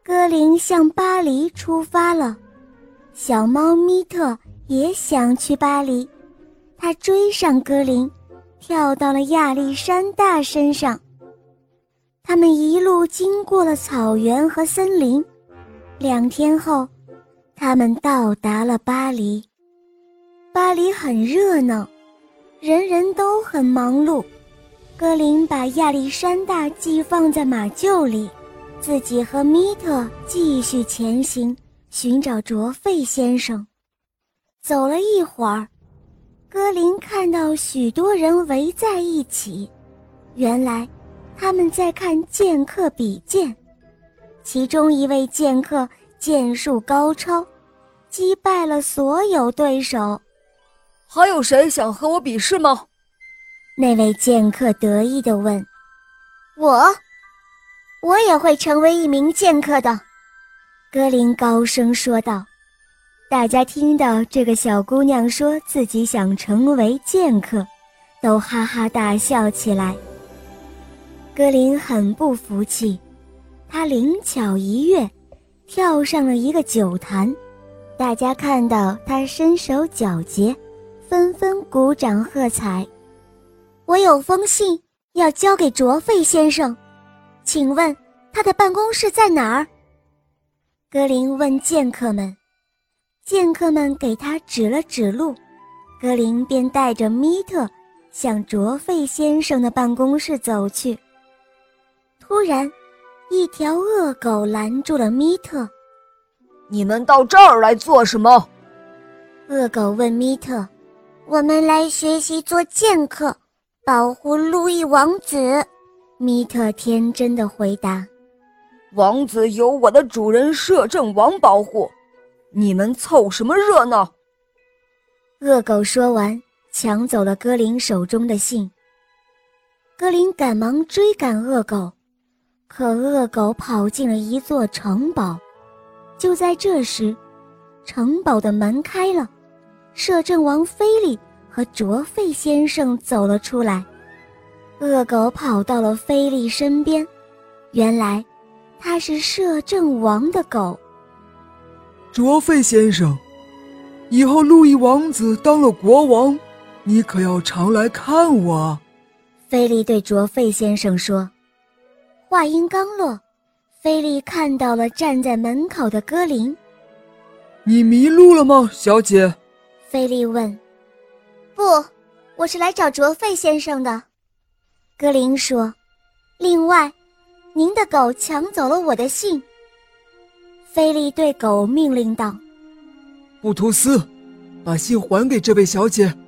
格林向巴黎出发了。小猫米特也想去巴黎，它追上格林，跳到了亚历山大身上。他们一路经过了草原和森林，2天后，他们到达了巴黎。巴黎很热闹，人人都很忙碌。格林把亚历山大寄放在马厩里，自己和米特继续前行，寻找卓费先生。走了一会儿，格林看到许多人围在一起，原来他们在看剑客比剑。其中一位剑客剑术高超，击败了所有对手。 还有谁想和我比试吗？ 那位剑客得意地问。我也会成为一名剑客的，格林高声说道。大家听到这个小姑娘说自己想成为剑客，都哈哈大笑起来。格林很不服气，他灵巧一跃，跳上了一个酒坛。大家看到他身手矫捷，纷纷鼓掌喝彩。我有封信要交给卓费先生，请问他的办公室在哪儿？格林问剑客们。剑客们给他指了指路，格林便带着米特向卓费先生的办公室走去。突然，一条恶狗拦住了米特。 你们到这儿来做什么？ 恶狗问米特。我们来学习做剑客，保护路易王子。米特天真地回答。 王子由我的主人摄政王保护，你们凑什么热闹？ 恶狗说完，抢走了格林手中的信。格林赶忙追赶恶狗，可恶狗跑进了一座城堡。就在这时，城堡的门开了，摄政王菲利和卓费先生走了出来。恶狗跑到了菲利身边，原来他是摄政王的狗。 卓费先生，以后路易王子当了国王，你可要常来看我啊。 菲利对卓费先生说。话音刚落，菲利看到了站在门口的格林。 你迷路了吗，小姐？ 菲利问。不，我是来找卓费先生的。格林说。另外，您的狗抢走了我的信。菲利对狗命令道。 布图斯，把信还给这位小姐。